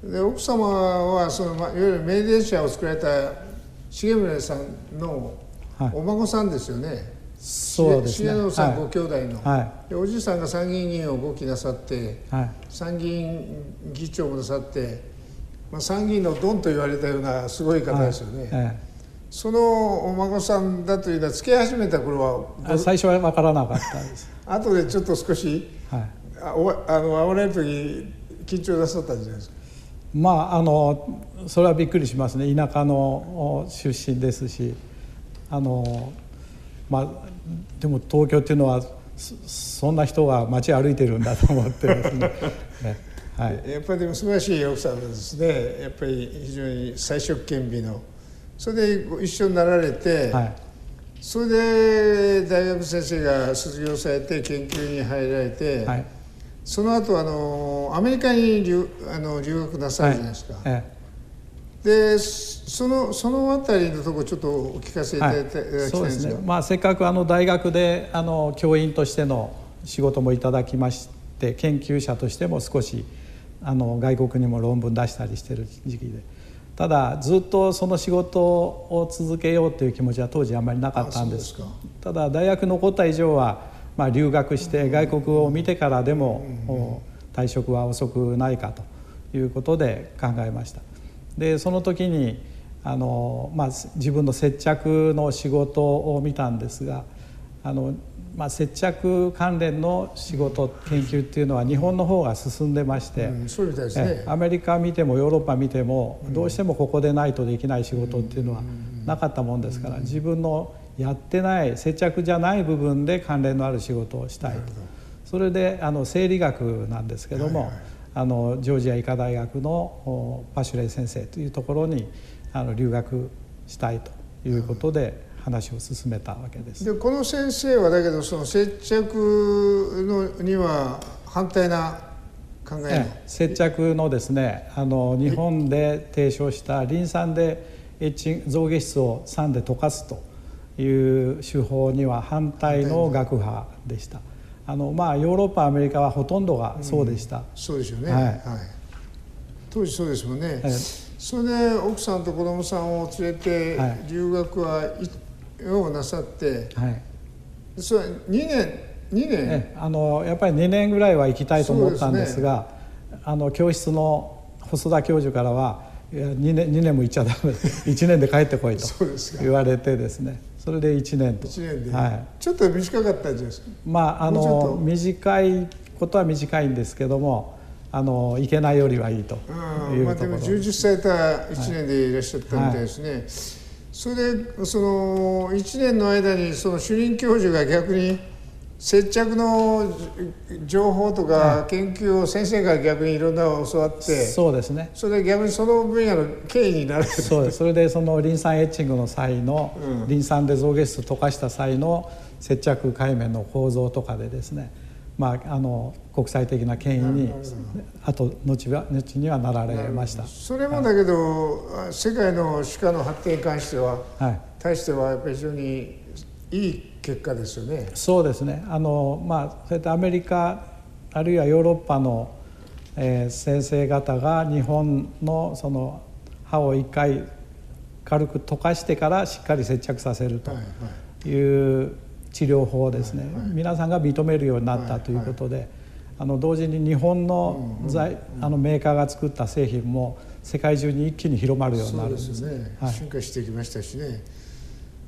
[SPEAKER 3] で奥様はその、まあ、いわゆる名電車を作られた重宗さんのお孫さんですよね。はい、
[SPEAKER 4] そうですね、
[SPEAKER 3] 重信さんご兄弟の、
[SPEAKER 4] はい、
[SPEAKER 3] でおじいさんが参議院議員をご期なさって、はい、参議院議長もなさって、まあ、参議院のドンと言われたようなすごい方ですよね。はいはい、そのお孫さんだというのは付き始めた頃は
[SPEAKER 4] 最初は分からなかったです。
[SPEAKER 3] 後でちょっと少し、はい、あおあの会われる時緊張なさったんじゃないですか。
[SPEAKER 4] まああのそれはびっくりしますね。田舎の出身ですし、あのまあでも東京っていうのは そ, そんな人が街歩いてるんだと思ってですね。はい、
[SPEAKER 3] やっぱりでも素晴らしい奥さんですね。やっぱり非常に才色兼備の。それで一緒になられて、はい、それで大学先生が卒業されて研究に入られて、はい、その後あのアメリカに 留, あの留学なさるじゃないですか。はい、でそのそのあたりのところちょっとお聞かせいただきたいんですが、はい、そうですね、
[SPEAKER 4] まあ、せっかくあの大学であの教員としての仕事もいただきまして、研究者としても少しあの外国にも論文出したりしている時期で、ただずっとその仕事を続けようという気持ちは当時あまりなかったんです。ただ大学残った以上は、まあ、留学して外国を見てからでも退職は遅くないかということで考えました。でその時にあの、まあ、自分の接着の仕事を見たんですが、あの、まあ、接着関連の仕事研究っていうのは日本の方が進んでまして、うん、そうみたいですね。アメリカ見てもヨーロッパ見てもどうしてもここでないとできない仕事っていうのはなかったもんですから、自分のやってない接着じゃない部分で関連のある仕事をしたいと。それであの生理学なんですけども、はいはい、あのジョージア医科大学のパシュレイ先生というところにあの留学したいということで話を進めたわけです。
[SPEAKER 3] でこの先生はだけどその接着のには反対な考えの、ええ、
[SPEAKER 4] 接着のですね、あの日本で提唱したリン酸でエッチン象牙質を酸で溶かすという手法には反対の学派でした。あのまあヨーロッパアメリカはほとんどがそうでした。うん、
[SPEAKER 3] そうでしょうね。はいはい、当時そうですもんね。ええ、それで奥さんと子供さんを連れて留学をなさって、はい、それにねんにねん、
[SPEAKER 4] えあのやっぱりにねんぐらいは行きたいと思ったんですが、ね、あの教室の細田教授からはいや 2, 年にねんも行っちゃダメいちねんで帰ってこいと言われてですね、それでいちねんと。
[SPEAKER 3] いちねんで、はい、ちょっと短かったんじゃないですか。
[SPEAKER 4] まああの短いことは短いんですけども、あの行けないよりはいいというところ。
[SPEAKER 3] まあ、でも充実されたいちねんでいらっしゃったみたいですね。はいはい、それでそのいちねんの間にその主任教授が逆に接着の情報とか研究を先生から逆にいろんなのを教わって、
[SPEAKER 4] そうですね、
[SPEAKER 3] それで逆にその分野の権威になる。
[SPEAKER 4] そうです。それでそのリン酸エッチングの際の、うん、リン酸で象牙質溶かした際の接着界面の構造とかでですね、まあ、あの国際的な権威にあと後は後にはなられました。
[SPEAKER 3] それもだけど、はい、世界の歯科の発展に関しては、はい、対してはやっぱり非常にいい結果ですよね。
[SPEAKER 4] そうですね。あの、まあ、そうやってアメリカあるいはヨーロッパの、えー、先生方が日本のその歯を一回軽く溶かしてからしっかり接着させるという治療法ですね、はいはい、皆さんが認めるようになったということで、はいはい、あの同時に日本の材、うんうん、あのメーカーが作った製品も世界中に一気に広まるようになるんです。
[SPEAKER 3] そうですね、はい、進化してきましたしね。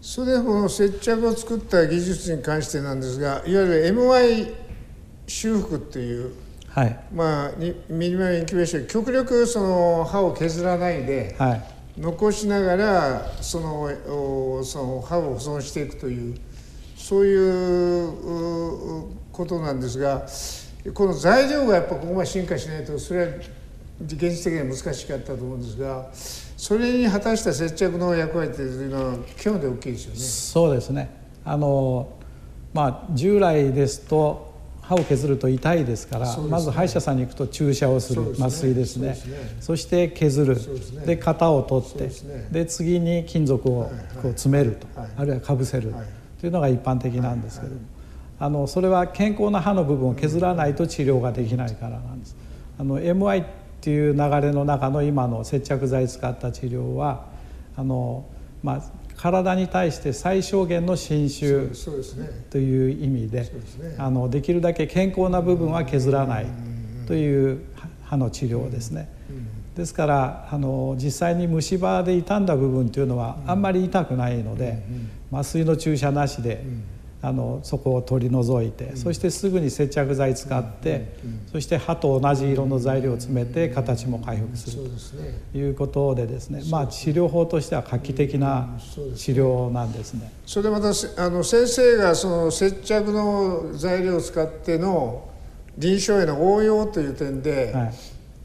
[SPEAKER 3] それでこの接着を作った技術に関してなんですが、いわゆる エムアイ 修復っていう、
[SPEAKER 4] はい、
[SPEAKER 3] まあ、ミニマルインキュベーション、極力その刃を削らないで、はい、残しながらその、その刃を保存していくという、そういうことなんですが、この材料がやっぱここまで進化しないと、それは現実的には難しかったと思うんですが、それに果たした接着の役割というのは極めて大きいですよね。
[SPEAKER 4] そうですね。あの、まあ、従来ですと刃を削ると痛いですから、ね、まず歯医者さんに行くと注射をする、麻酔ですね。そ, すね そ, そして削る、で、ね、型を取って、で、ね、次に金属をこう詰めると、はいはい、あるいはかぶせる、はい、というのが一般的なんですけども、はいはい、あのそれは健康な歯の部分を削らないと治療ができないからなんです。あの エムアイ っていう流れの中の今の接着剤使った治療はあの、まあ、体に対して最小限の侵襲という意味 で, で, で, ね、あのできるだけ健康な部分は削らないという歯の治療ですね。ですからあの実際に虫歯で傷んだ部分というのはあんまり痛くないので、麻酔の注射なしであのそこを取り除いて、そしてすぐに接着剤使って、そして歯と同じ色の材料を詰めて形も回復するということでですね、まあ治療法としては画期的な治療なんですね。
[SPEAKER 3] それでまたあの先生がその接着の材料を使っての臨床への応用という点で、はい、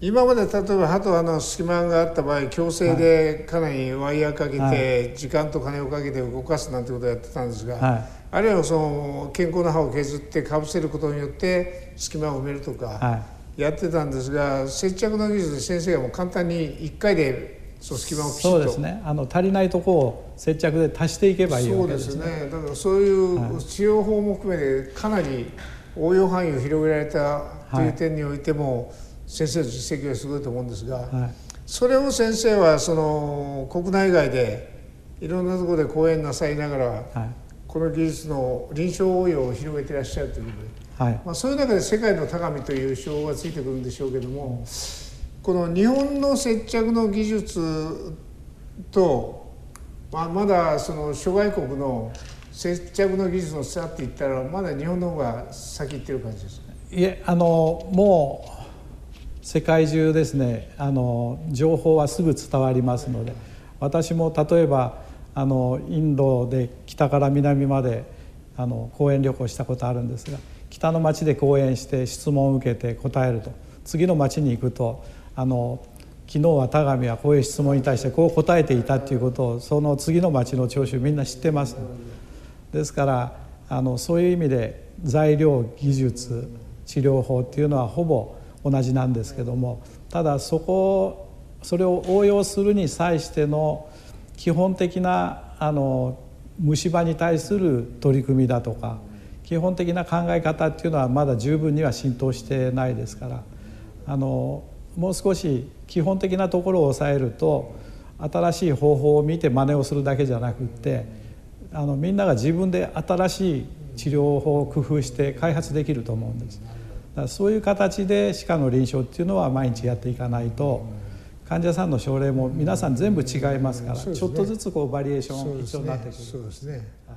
[SPEAKER 3] 今まで例えば歯と歯の隙間があった場合、矯正でかなりワイヤーかけて時間と金をかけて動かすなんてことをやってたんですが、はい、あるいはその健康な歯を削ってかぶせることによって隙間を埋めるとかやってたんですが、接着の技術で先生がもう簡単にいっかいでその隙間をきちっと、
[SPEAKER 4] そうですね、あの足りないところを接着で足していけばいいわけですね。
[SPEAKER 3] そうですね。だからそういう治療法も含めてかなり応用範囲を広げられたという点においても、はい、先生の実績はすごいと思うんですが、はい、それを先生はその国内外でいろんなところで講演なさいながら、はい、この技術の臨床応用を広げていらっしゃるということで、はい、まあ、そういう中で世界の高みという称号がついてくるんでしょうけども、この日本の接着の技術と、まあ、まだその諸外国の接着の技術の差っていったらまだ日本の方が先行ってる感じですか。
[SPEAKER 4] いえ、あのもう世界中ですね、あの情報はすぐ伝わりますので、私も例えばあのインドで北から南まであの講演旅行したことあるんですが、北の町で講演して質問を受けて答えると、次の町に行くとあの昨日は田上はこういう質問に対してこう答えていたということをその次の町の聴衆みんな知ってます。ですからあのそういう意味で材料、技術、治療法っていうのはほぼ同じなんですけども、ただそこそれを応用するに際しての基本的なあの虫歯に対する取り組みだとか基本的な考え方っていうのはまだ十分には浸透してないですから、あのもう少し基本的なところを抑えると新しい方法を見て真似をするだけじゃなくって、あのみんなが自分で新しい治療法を工夫して開発できると思うんです。だからそういう形で歯科の臨床っていうのは毎日やっていかないと、患者さんの症例も皆さん全部違いますから、ね、ちょっとずつこうバリエーション必要になってくる。
[SPEAKER 3] そうですね。はい、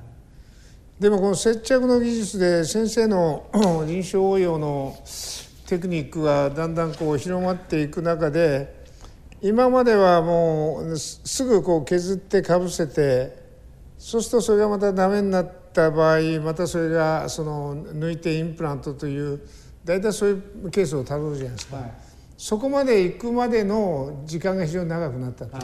[SPEAKER 3] でもこの接着の技術で先生の臨床応用のテクニックがだんだんこう広まっていく中で、今まではもうすぐこう削ってかぶせて、そうするとそれがまたダメになった場合、またそれがその抜いてインプラントという大体そういうケースをたどるじゃないですか。はい、そこまで行くまでの時間が非常に長くなったと、はい、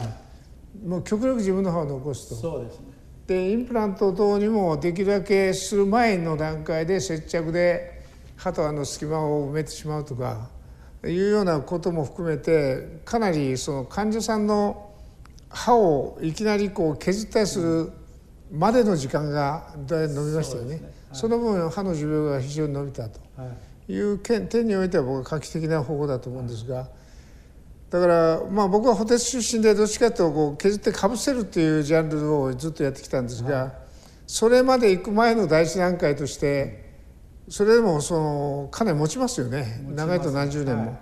[SPEAKER 3] もう極力自分の歯を残すと。
[SPEAKER 4] そうですね。
[SPEAKER 3] でインプラント等にもできるだけする前の段階で接着で歯と歯の隙間を埋めてしまうとかいうようなことも含めて、かなりその患者さんの歯をいきなりこう削ったりするまでの時間がだいぶ伸びましたよね。 そ, ね、はい、その分歯の寿命が非常に伸びたという点においては僕は画期的な方法だと思うんですが、だからまあ僕は補鉄出身でどっちかというとこう削ってかぶせるっていうジャンルをずっとやってきたんですが、それまで行く前の第一段階としてそれでもそのかなり持ちますよね。長いと何十年も。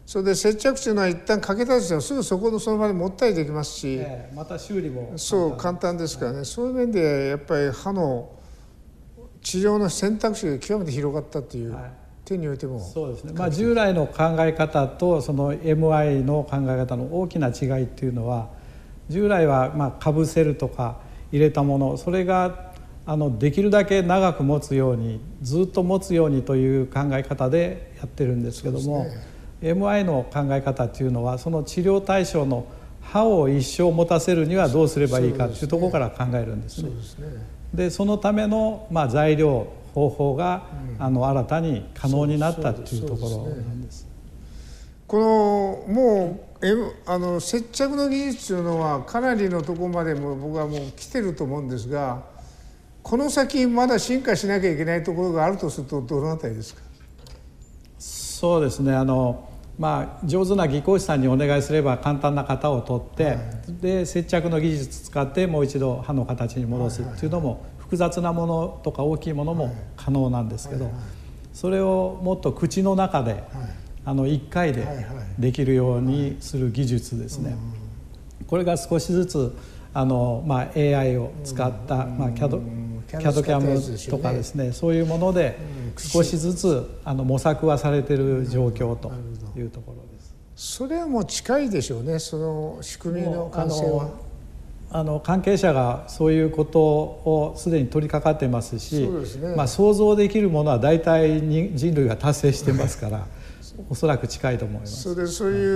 [SPEAKER 3] それで接着というのは一旦かけたとしてもすぐそこのその場で持ったりできますし、
[SPEAKER 4] ええまた修理も
[SPEAKER 3] そう簡単ですからね、はい、そういう面でやっぱり歯の治療の選択肢が極めて広がったという、はい、点においても
[SPEAKER 4] そうですね、まあ、従来の考え方とその エムアイ の考え方の大きな違いっていうのは、従来はまあかぶせるとか入れたもの、それがあのできるだけ長く持つように、ずっと持つようにという考え方でやってるんですけども、ね、エムアイ の考え方っていうのはその治療対象の歯を一生持たせるにはどうすればいいかというところから考えるんですね。そうですね。でそのためのまあ材料方法が、うん、あの新たに可能になったというところなんです。
[SPEAKER 3] このもう、M、あの接着の技術というのはかなりのところまでも僕はもう来てると思うんですが、この先まだ進化しなきゃいけないところがあるとするとどのあたりですか？
[SPEAKER 4] そうですね、あのまあ、上手な技工士さんにお願いすれば簡単な型を取って、はい、で接着の技術使ってもう一度歯の形に戻すっていうのも複雑なものとか大きいものも可能なんですけど、それをもっと口の中で、はい、あのいっかいでできるようにする技術ですね。これが少しずつあの、まあ、エーアイ を使った、まあ、キャドキャドキャムとかですね、そういうもので少しずつあの模索はされている状況というところです。
[SPEAKER 3] それはもう近いでしょうね、その仕組みの完成は。
[SPEAKER 4] あの関係者がそういうことをすでに取り掛かってますし、そうですね、まあ、想像できるものは大体に人類が達成してますからおそらく近いと思います。
[SPEAKER 3] それでそういう、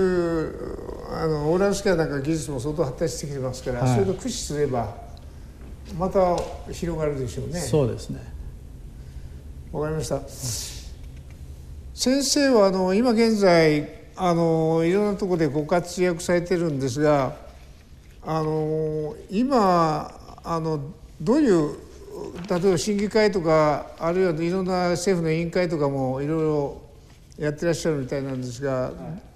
[SPEAKER 3] はい、あのオーラルスキャンなんか技術も相当発達してきてますから、はい、それと駆使すればまた広がるでしょうね。
[SPEAKER 4] そうですね。
[SPEAKER 3] わかりました。うん、先生はあの今現在あのいろんなところでご活躍されてるんですが、あの今あのどういう例えば審議会とかあるいはいろんな政府の委員会とかもいろいろやってらっしゃるみたいなんですが、はい、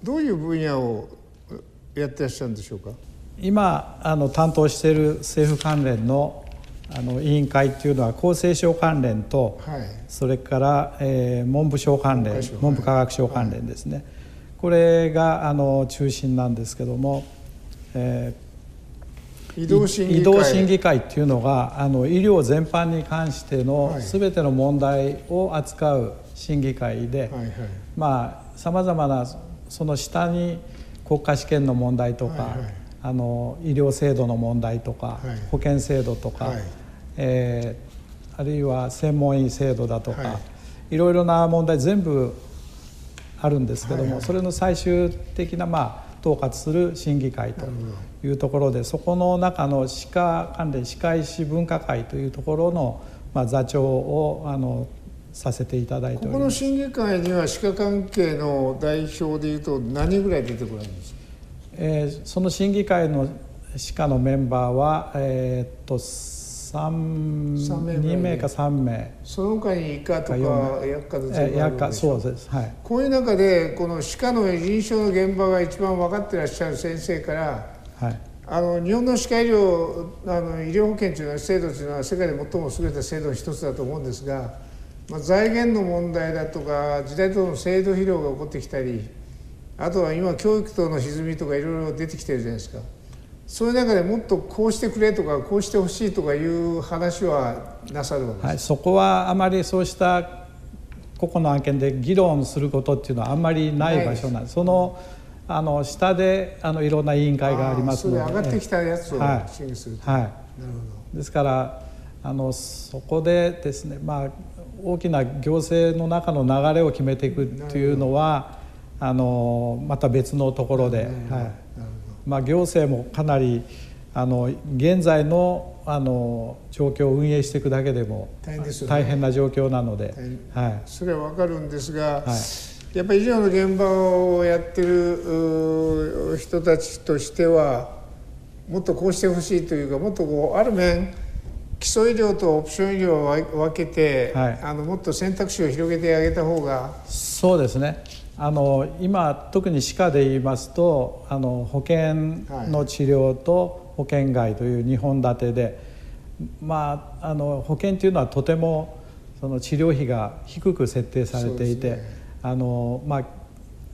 [SPEAKER 3] どういう分野をやってらっしゃるんでしょうか？
[SPEAKER 4] 今あの担当している政府関連のあの委員会っていうのは厚生省関連と、はい、それから、えー、文部省関連、文部科学省関連ですね、はい、これがあの中心なんですけども、えー、
[SPEAKER 3] 移動審議会、
[SPEAKER 4] 移動審議会っていうのがあの医療全般に関しての全ての問題を扱う審議会で、はいはい、まあさまざまなその下に国家試験の問題とか、はいはい、あの医療制度の問題とか、はい、保険制度とか、はい、えー、あるいは専門医制度だとか、はい、いろいろな問題全部あるんですけども、はいはい、それの最終的な、まあ、統括する審議会というところで、そこの中の歯科関連歯科医師分科会というところの、まあ、座長をあのさせていただいております。
[SPEAKER 3] ここの審議会には歯科関係の代表でいうと何人ぐらい出てこられるんですか？
[SPEAKER 4] えー、その審議会の歯科のメンバーは、えー、っとさんにめいかさんめい、
[SPEAKER 3] その他に医科とか薬科とか
[SPEAKER 4] 薬科、そうです、はい、
[SPEAKER 3] こういう中でこの歯科の臨床の現場が一番分かってらっしゃる先生から、はい、あの日本の歯科医療あの医療保険というのは制度というのは世界で最も優れた制度の一つだと思うんですが、まあ、財源の問題だとか時代との制度疲労が起こってきたり、あとは今教育との歪みとかいろいろ出てきてるじゃないですか。そういう中でもっとこうしてくれとかこうしてほしいとかいう話はなさるわけですか？
[SPEAKER 4] はい、そこはあまりそうした個々の案件で議論することっていうのはあんまりない場所なんです。そのあの下であのいろんな委員会がありますので、
[SPEAKER 3] それ上がってきたやつを審議すると、
[SPEAKER 4] はいはい、なるほど。ですからあのそこでですね、まあ、大きな行政の中の流れを決めていくっていうのはあのまた別のところで、はい、まあ、行政もかなりあの現在 の, あの状況を運営していくだけでも大 変ですよね、大変な状況なので、
[SPEAKER 3] はい、それは分かるんですが、はい、やっぱり医療の現場をやってる人たちとしてはもっとこうしてほしいというか、もっとこうある面基礎医療とオプション医療を分けて、はい、あのもっと選択肢を広げてあげた方が。
[SPEAKER 4] そうですね、あの今特に歯科で言いますとあの保険の治療と保険外というにほん立てで、まあ、あの保険というのはとてもその治療費が低く設定されていて、ね、あのまあ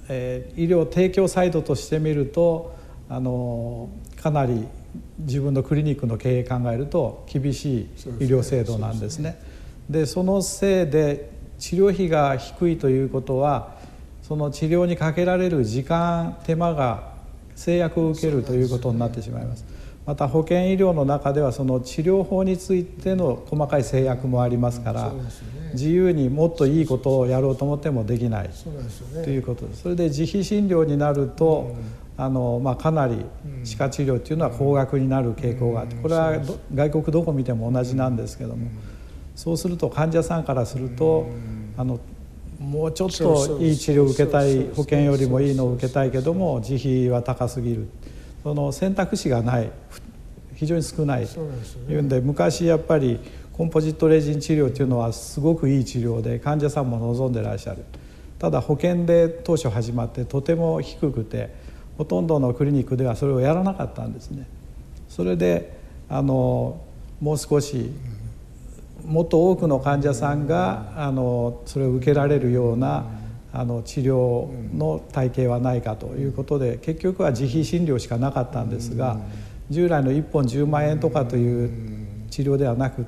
[SPEAKER 4] えー、医療提供サイドとしてみるとあのかなり自分のクリニックの経営考えると厳しい医療制度なんですね。でそのせいで治療費が低いということはその治療にかけられる時間手間が制約を受けるということになってしまいます。また保険医療の中ではその治療法についての細かい制約もありますから、自由にもっといいことをやろうと思ってもできないということです。それで自費診療になると、あのまあ、かなり歯科治療っていうのは高額になる傾向があって、これは外国どこ見ても同じなんですけども、そうすると患者さんからするとあのもうちょっといい治療を受けたい、保険よりもいいのを受けたいけども自費は高すぎる、その選択肢がない、非常に少ないというんで、昔やっぱりコンポジットレジン治療というのはすごくいい治療で患者さんも望んでらっしゃる。ただ保険で当初始まってとても低くて、ほとんどのクリニックではそれをやらなかったんですね。それであのもう少しもっと多くの患者さんがあのそれを受けられるようなあの治療の体系はないかということで、結局は自費診療しかなかったんですが、従来のいっぽんじゅうまんえんとかという治療ではなくって、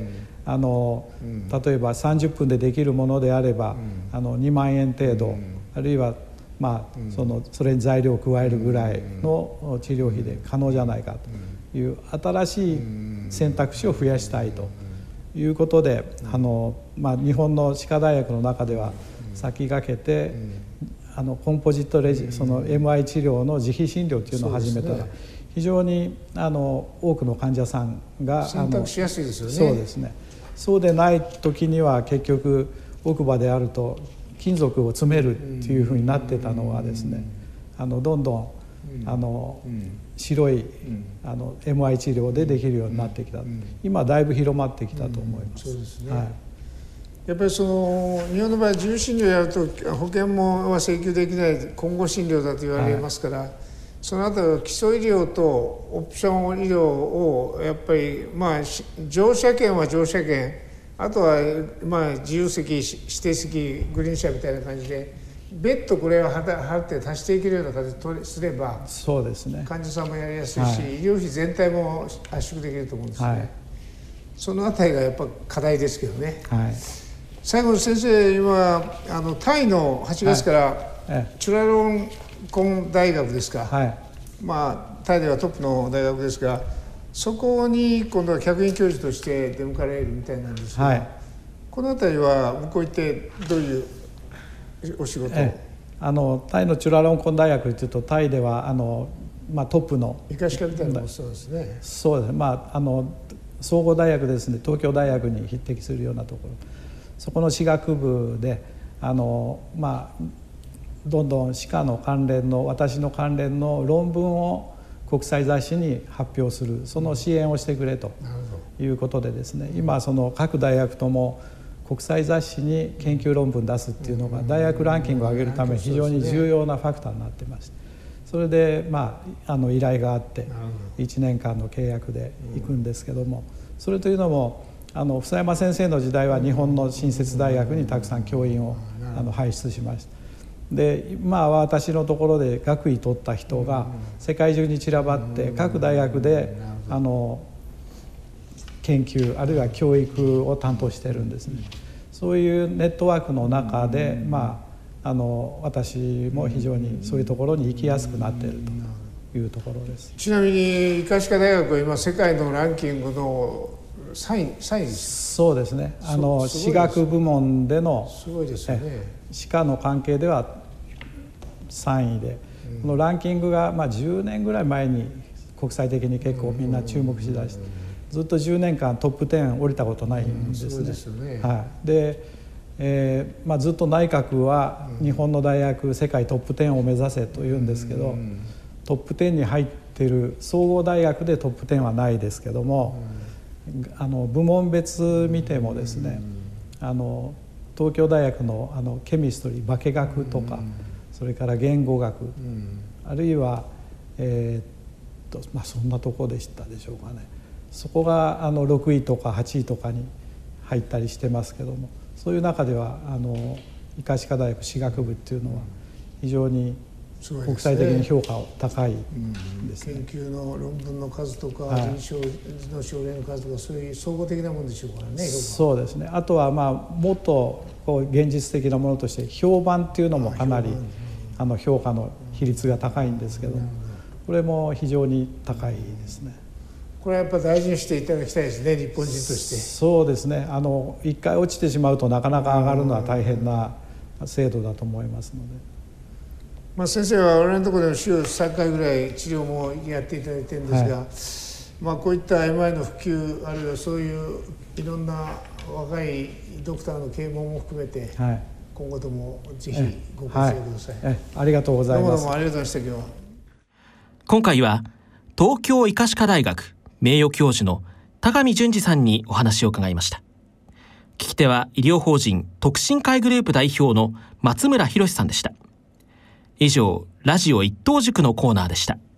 [SPEAKER 4] あの例えばさんじゅっぷんでできるものであればあのにまんえん程度、あるいはまあそのそれに材料を加えるぐらいの治療費で可能じゃないかという新しい選択肢を増やしたいということで、あの、まあ、日本の歯科大学の中では先駆けてあのコンポジットレジその エムアイ 治療の自費診療というのを始めたら、非常にあの多くの患者さんが
[SPEAKER 3] 選択しやすいですよね。
[SPEAKER 4] そうですね。そうでない時には結局奥歯であると金属を詰めるっていうふうになってたのがですね、あのどんどんあの白いあの エムアイ 治療でできるようになってきた。今だいぶ広まってきたと思います。
[SPEAKER 3] そうですね。
[SPEAKER 4] はい、
[SPEAKER 3] やっぱりその日本の場合自由診療やると保険もは請求できない混合診療だと言われますから、はい、そのあたり基礎医療とオプション医療をやっぱりまあ乗車券は乗車券、あとはまあ自由席指定席グリーン車みたいな感じで別途これを払って足していけるような形にすれば、
[SPEAKER 4] そうですね、
[SPEAKER 3] 患者さんもやりやすいし、はい、医療費全体も圧縮できると思うんですね。はい、そのあたりがやっぱ課題ですけどね。はい、最後に先生、今あのタイのはちがつから、はい、チュラロンコン大学ですか、はい、まあタイではトップの大学ですが、そこに今度は客員教授として出迎えられるみたいなんですが、はい、このあたりは向こう行ってどういうお仕事を？ええ、
[SPEAKER 4] あのタイのチュラロンコン大学というとタイではあの、まあ、トップの
[SPEAKER 3] 医科歯科みたいなのもそうですね。
[SPEAKER 4] そうですね、まあ、あの総合大学ですね、東京大学に匹敵するようなところ、そこの歯学部であの、まあ、どんどん歯科の関連の私の関連の論文を国際雑誌に発表する、その支援をしてくれということでですね、今その各大学とも国際雑誌に研究論文出すっていうのが大学ランキングを上げるために非常に重要なファクターになってまして、それでまああの依頼があっていちねんかんの契約で行くんですけども、それというのもあの房山先生の時代は日本の新設大学にたくさん教員をあの輩出しました。で今は私のところで学位取った人が世界中に散らばって各大学であの研究あるいは教育を担当してるんですね。そういうネットワークの中で、まあ、あの私も非常にそういうところに行きやすくなっているというところです。
[SPEAKER 3] ちなみに医科歯科大学は今世界のランキングのさんい、さんいです。
[SPEAKER 4] そうですね、あの歯学部門での
[SPEAKER 3] すごいですよね。
[SPEAKER 4] 歯科の関係ではさんいで、うん、このランキングがまあじゅうねんぐらい前に国際的に結構みんな注目しだして、ずっとじゅうねんかんトップじゅう降りたことないんですね。
[SPEAKER 3] そうですよね。
[SPEAKER 4] はい、で、えーまあ、ずっと内閣は日本の大学世界トップじゅうを目指せというんですけど、うん、トップじゅうに入ってる総合大学でトップじゅうはないですけども、うん、あの部門別見てもですね、うん、あの東京大学 の, あのケミストリー化学とか、うん、それから言語学、うん、あるいは、えーっとまあ、そんなとこでしたでしょうかね。そこがあのろくいとかはちいとかに入ったりしてますけども、そういう中ではあの医科歯科大学歯学部っていうのは非常に国際的に評価を高いですね。
[SPEAKER 3] うん、研究の論文の数とか、
[SPEAKER 4] はい、
[SPEAKER 3] 臨床の症例の数とか、そういう総合的なものでしょうからね。
[SPEAKER 4] そうですね。あとはまあもっとこう現実的なものとして評判っていうのもかなりあの評価の比率が高いんですけど、これも非常に高いですね。
[SPEAKER 3] これはやっぱ大事にしていただきたいですね、日本人として。
[SPEAKER 4] そうですね。あの一回落ちてしまうとなかなか上がるのは大変な制度だと思いますので。
[SPEAKER 3] まあ、先生は我々のところでも週さんかいぐらい治療もやっていただいてるんですが、はい、まあ、こういった エムアイ の普及、あるいはそういういろんな若いドクターの啓蒙も含めて、はい、今後ともぜひご活躍ください。
[SPEAKER 4] はい、ありがとうございます。
[SPEAKER 3] どうもどうもありがとうございました。今日は
[SPEAKER 2] 今回は東京医科歯科大学名誉教授の田上淳二さんにお話を伺いました。聞き手は医療法人特進会グループ代表の松村博さんでした。以上、ラジオ一等塾のコーナーでした。